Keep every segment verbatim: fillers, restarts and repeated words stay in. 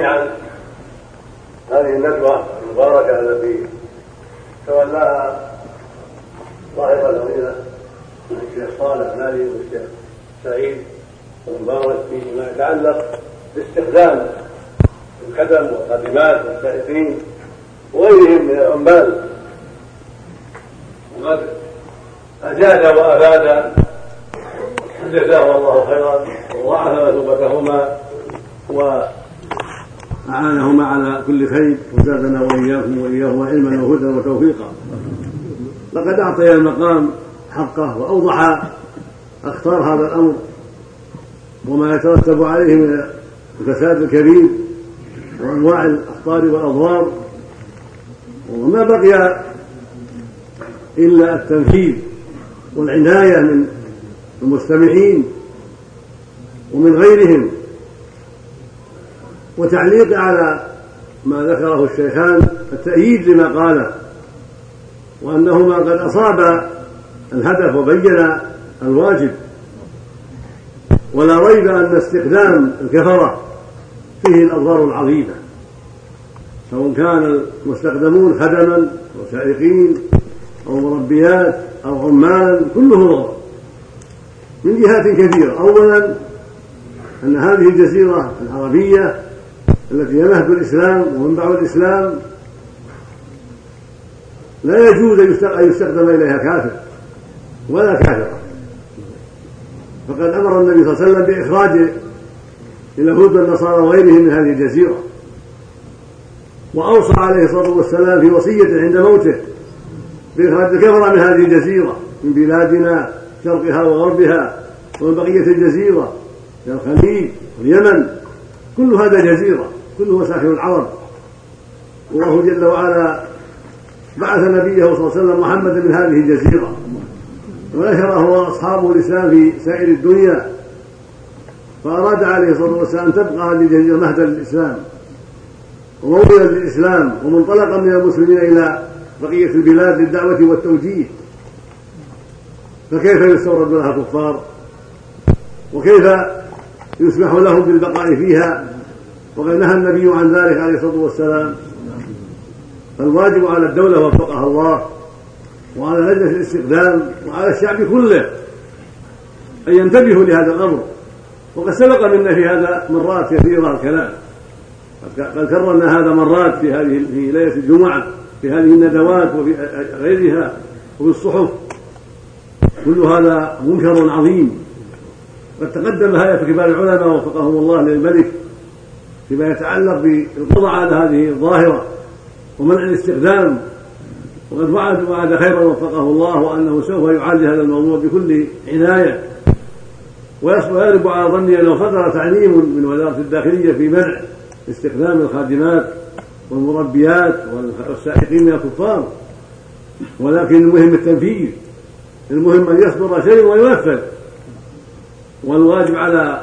عن هذه الندوة المباركة التي تولاها صاحب الفضيلة الشيخ صالح مالي والشيخ سعيد المبارك فيما يتعلق باستخدام الخدم والخادمات والسائقين وغيرهم من العمال. وقد أجاد وأفاد جزاه الله خيرا وضاعف مثوبتهما وأعانهما على كل خير وزادنا وإياكم وإياهما علما وهدى وتوفيقا. لقد أعطي المقام حقه وأوضح أخطار هذا الأمر وما يترتب عليه من الفساد الكبير وأنواع الأخطار والأضرار، وما بقي إلا التنفيذ والعناية من المستمعين ومن غيرهم، وتعليق على ما ذكره الشيخان التأييد لما قاله، وأنهما قد أصاب الهدف وبين الواجب. ولا ريب أن استخدام الكفرة فيه الأضرار العظيمة، سواء كان المستخدمون خدما أو سائقين أو مربيات أو عمال، كله ضرر من جهات كثيرة. أولا أن هذه الجزيرة العربية التي هي مهد الإسلام ومنبع الإسلام لا يجوز أن يستخدم إليها كافر ولا كافرة، فقد أمر النبي صلى الله عليه وسلم بإخراج اليهود والنصارى وغيرهم من هذه الجزيرة، وأوصى عليه الصلاة والسلام في وصيته عند موته بإخراج الكفرة من هذه الجزيرة من بلادنا شرقها وغربها ومن بقية الجزيرة من الخليج واليمن، كل هذا جزيرة، كله مساكن العرب. والله جل وعلا بعث نبيه صلى الله عليه وسلم محمدا من هذه الجزيرة ونشره وأصحابه الإسلام في سائر الدنيا، فأراد عليه الصلاة والسلام أن تبقى هذه الجزيرة مهدا للإسلام وموضعا للإسلام ومنطلقا من المسلمين إلى بقية البلاد للدعوة والتوجيه. فكيف يستورد لها الكفار وكيف يسمح لهم بالبقاء فيها وقد نهى النبي عن ذلك عليه الصلاة والسلام؟ فالواجب على الدولة وفقها الله وعلى لجنة الاستخدام وعلى الشعب كله أن ينتبهوا لهذا الأمر. وقد سبق منا في هذا مرات كثيرة الكلام، قد كررنا هذا مرات في هذه في ليلة الجمعة في هذه الندوات وفي غيرها وفي الصحف. كل هذا منكر عظيم. قد تقدم هيئة كبار العلماء وفقهم الله للملك فيما يتعلق بالقضاء على هذه الظاهرة ومنع الاستخدام، وقد وعد وعد خيرا وفقه الله وأنه سوف يعالج هذا الموضوع بكل عناية. ويغلب على ظني أنه صدر تعليم من وزارة الداخلية في منع استخدام الخادمات والمربيات والسائقين من الكفار، ولكن المهم التنفيذ، المهم أن يصدر شيء وينفذ. والواجب على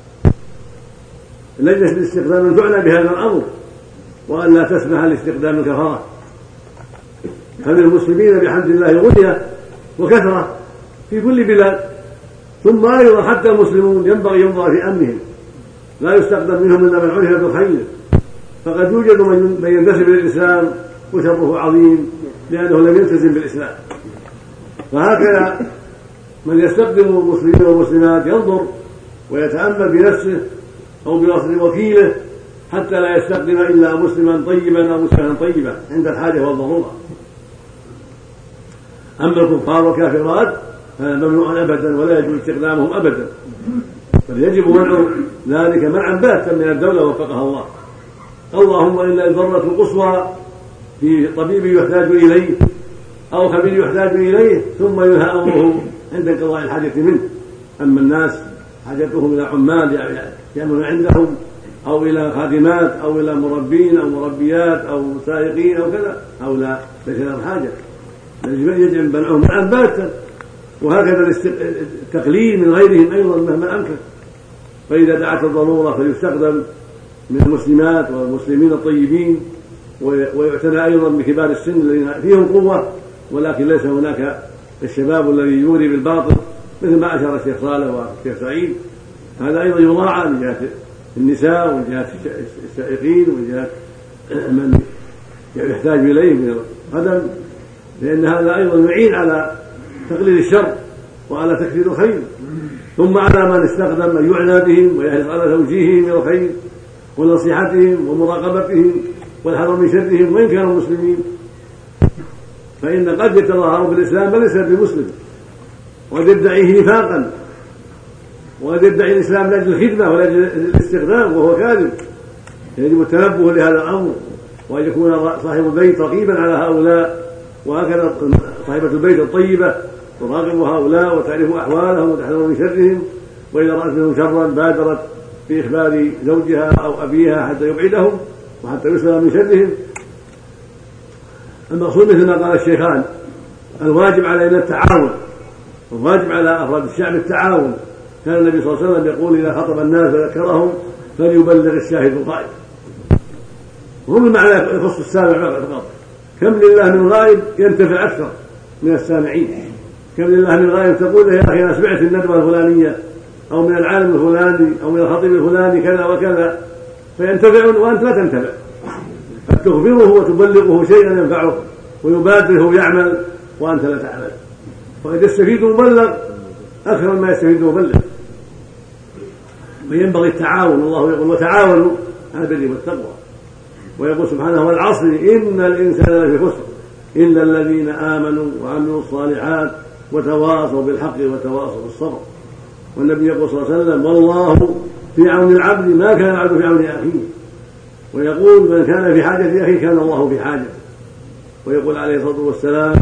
لجنة الاستخدام أن تعنى بهذا الأمر وأن لا تسمح لاستخدام الكفرة. فللمسلمين بحمد الله غنية وكثرة في كل بلاد، ثم أيضا حتى المسلمون ينبغي ينظر في أمنهم، لا يستخدم منهم إلا من عرف بالخير، فقد يوجد من ينتسب للإسلام وشره عظيم لأنه لم يلتزم بالإسلام. فهكذا من يستخدم المسلمين والمسلمات ينظر ويتأمل بنفسه أو بوصف وكيله حتى لا يستخدم إلا مسلما طيبا أو مسلما طيبا عند الحاجة والضرورة. أما الكفار والكافرات فممنوع أبدا ولا يجوز استخدامهم أبدا، بل يجب منع ذلك منعا باتا من الدولة وفقها الله. اللهم إلا الضرورة القصوى في طبيب يحتاج إليه أو خبير يحتاج إليه ثم ينهى أمره عند انقضاء الحاجة منه. أما الناس حاجتهم إلى عمال يعملون عندهم أو إلى خادمات أو إلى مربين أو مربيات أو سائقين أو كذا أو لا ليس لهم حاجة، يجب منعهم منعا باتا. وهكذا التقليل من غيرهم أيضا مهما أمكن، فإذا دعت الضرورة فيستخدم من المسلمات والمسلمين الطيبين، ويعتنى أيضا بكبار السن الذين فيهم قوة ولكن ليس هناك الشباب الذي يوري بالباطل مثل ما أشار الشيخ صالح والشيخ سعيد. هذا أيضا يراعى من جهة النساء ومن جهة السائقين ومن جهة من يحتاج إليه من القدم، لأن هذا أيضا يعين على تقليل الشر وعلى تكثير الخير. ثم على من استخدم أن يعنى بهم ويحرص على توجيههم إلى الخير ونصيحتهم ومراقبتهم والحذر من شرهم وإن كانوا مسلمين، فإن قد يتظاهر بالإسلام بل ليس بمسلم، وقد يدعيه نفاقا، وقد يدعي الإسلام لأجل الخدمة ولأجل الاستخدام وهو كاذب. يجب التنبه لهذا الأمر، وأن يكون صاحب البيت رقيبا على هؤلاء، وهكذا صاحبة البيت الطيبة تراقب هؤلاء وتعرف أحوالهم وتحذر من شرهم، وإذا رأت منهم شرا بادرت بإخبار زوجها أو أبيها حتى يبعدهم وحتى يسلم من شرهم. المقصود مثل ما قال الشيخان الواجب علينا التعاون، الواجب على أفراد الشعب التعاون. كان النبي صلى الله عليه وسلم يقول إذا خطب الناس وذكرهم فليبلغ الشاهد الغائب، وهم المعنى يخص السامع فقط. كم لله من غائب ينتفع أكثر من السامعين، كم لله من غائب تقول له يا أخي أنا سمعت الندوة الفلانية أو من العالم الفلاني أو من الخطيب الفلاني كذا وكذا، فينتفع وأنت لا تنتفع. قد تخبره وتبلغه شيئا ينفعه ويبادره يعمل وأنت لا تعمل، وقد يستفيد مبلغ أكثر مما يستفيد مبلغ. فينبغي التعاون، الله يقول وتعاونوا على البر والتقوى، ويقول سبحانه والعصر إن الإنسان لفي خسر إلا الذين آمنوا وعملوا الصالحات وتواصوا بالحق وتواصوا بالصبر. والنبي يقول صلى الله عليه وسلم والله في عون العبد ما كان العبد في عون أخيه، ويقول من كان في حاجة أخيه كان الله في حاجة. ويقول عليه الصلاة والسلام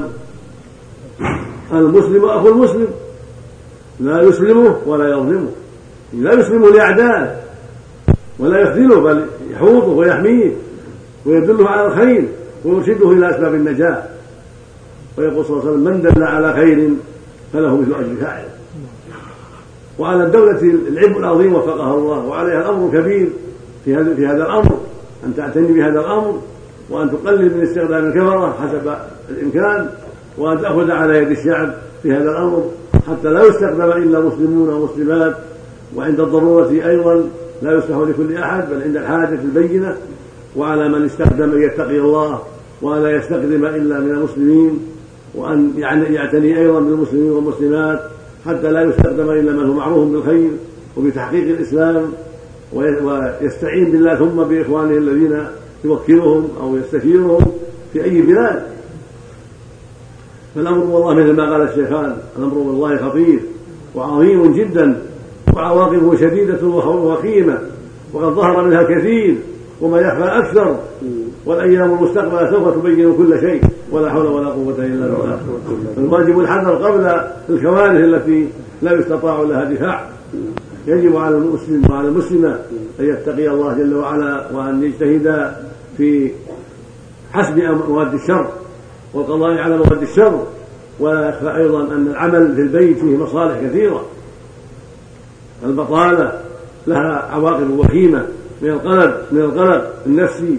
المسلم أخو المسلم لا يسلمه ولا يظلمه، لا يسلمه لأعدائه ولا يخذله بل يحوطه ويحميه ويدله على الخير ويرشده إلى أسباب النجاة. ويقول صلى الله عليه وسلم من دل على خير فله مثل أجر فاعله. وعلى الدولة العبء العظيم وفقها الله، وعليها الأمر كبير في هذا في هذا الأمر، أن تعتني بهذا الأمر وأن تقلل من استخدام الكفرة حسب الإمكان، وأن تأخذ على يد الشعب في هذا الأمر حتى لا يستخدم إلا مسلمون ومسلمات، وعند الضرورة أيضا لا يسمح لكل أحد بل عند الحاجة البينة. وعلى من استخدم أن يتقي الله ولا يستخدم إلا من المسلمين، وأن يعتني أيضا بالمسلمين والمسلمات حتى لا يستخدم إلا من هو معروف بالخير وبتحقيق الإسلام، ويستعين بالله ثم بإخوانه الذين يوكلهم أو يستشيرهم في أي بلاد. فالأمر والله مثل ما قال الشيخان الأمر والله خطير وعظيم جدا، وعواقبه شديدة وخيمة، وقد ظهر منها كثير وما يخفى أكثر، والأيام المستقبلة سوف تبين كل شيء، ولا حول ولا قوة إلا بالله. الواجب الحذر قبل الكوارث التي لا يستطاع لها دفاع. يجب على المسلم وعلى المسلمة أن يتقي الله جل وعلا، وأن يجتهد في حسب مواد الشر والقضاء على مواد الشر. ولا يخفى أيضا أن العمل في البيت فيه مصالح كثيرة. البطالة لها عواقب وخيمة من القلق من القلق النفسي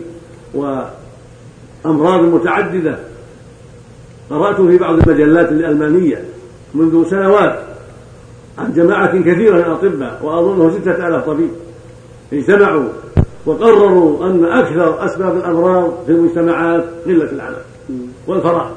وأمراض متعددة. قرأت في بعض المجلات الألمانية منذ سنوات عن جماعة كثيرة من الأطباء، وأظنه ستة آلاف طبيب اجتمعوا وقرروا أن أكثر أسباب الأمراض في المجتمعات قلة العمل والفراغ.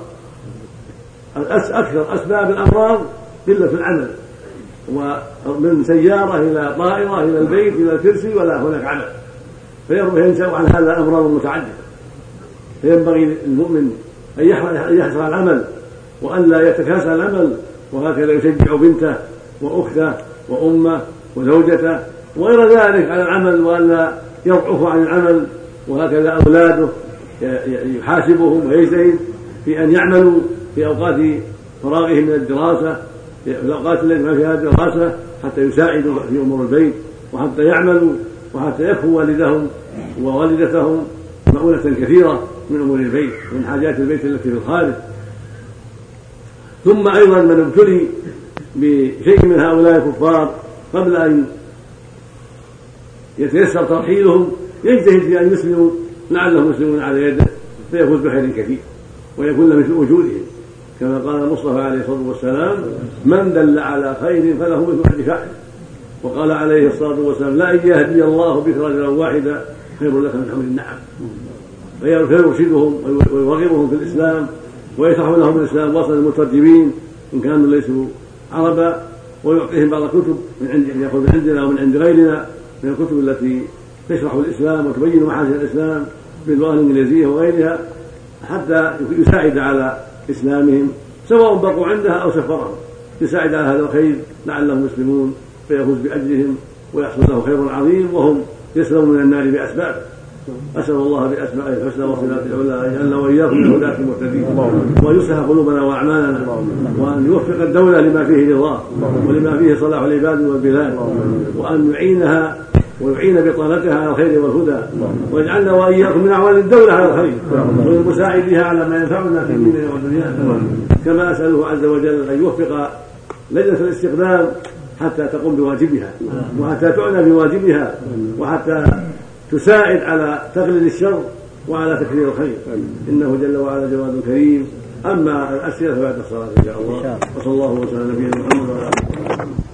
أكثر أسباب الأمراض قلة العمل، ومن سيارة إلى طائرة إلى البيت إلى الكرسي ولا هناك عمل، فينشأ عن هذا أمراض متعددة. فينبغي المؤمن أن يحرص على العمل وأن لا يتكاسل العمل، وهكذا يشجع بنته وأخته وأمه وزوجته وغير ذلك على العمل، وأن لا يضعف عن العمل. وهكذا أولاده يحاسبهم ويجتهد في أن يعملوا في أوقات فراغهم من الدراسة، في الأوقات التي ما فيها دراسة، حتى يساعدوا في أمور البيت وحتى يعملوا وحتى يكفوا والدهم ووالدتهم مؤونة كثيرة من أمور البيت ومن حاجات البيت التي في الخارج. ثم أيضا من ابتلي بشيء من هؤلاء الكفار قبل أن يتيسر ترحيلهم يجتهد في أن يسلموا لعلهم يسلمون على يده فيفوز بخير كثير ويكون له مثل وجودهم، كما قال المصطفى عليه الصلاة والسلام من دل على خير فله مثل أجر فاعله. وقال عليه الصلاة والسلام لا إن يهدي الله بك رجلا واحدا خير لك من حمر النعم. فيرشدهم ويرغبهم في الإسلام ويشرح لهم الإسلام وصل المترجمين إن كانوا ليسوا عربا، ويعطيهم بعض الكتب من عند يأخذ من عندنا ومن عند غيرنا من الكتب التي تشرح الإسلام وتبين محاسن الإسلام باللغة الإنجليزية وغيرها حتى يساعد على إسلامهم سواء بقوا عندها أو سفرهم، يساعد على هذا الخير لعلهم يسلمون فيفوز بأجرهم ويحصل له خير عظيم وهم يسلمون من النار بأسبابه. أسأل الله بأسمائه الحسنى وصفاته العلى أن يجعلنا وإياكم من هداة المهتدين، وأن يصلح قلوبنا وأعمالنا، وأن يوفق الدولة لما فيه رضاه ولما فيه صلاح العباد والبلاد، وأن يعينها ويعين بطانتها على الخير والهدى، ويجعلنا وإياكم من أعوان الدولة على الخير ومن مساعدها على ما ينفعنا في ديننا ودنيانا. كما أسأله عز وجل أن يوفق لجنة الاستقدام حتى تقوم بواجبها وحتى تعنى بواجبها وحتى تساعد على تقليل الشر وعلى تكثير الخير، إنه جل وعلا جواد كريم. أما الأسئلة فبعد الصلاة إن شاء الله. وصلى الله وسلم على نبينا محمد وعلى آله وصحبه.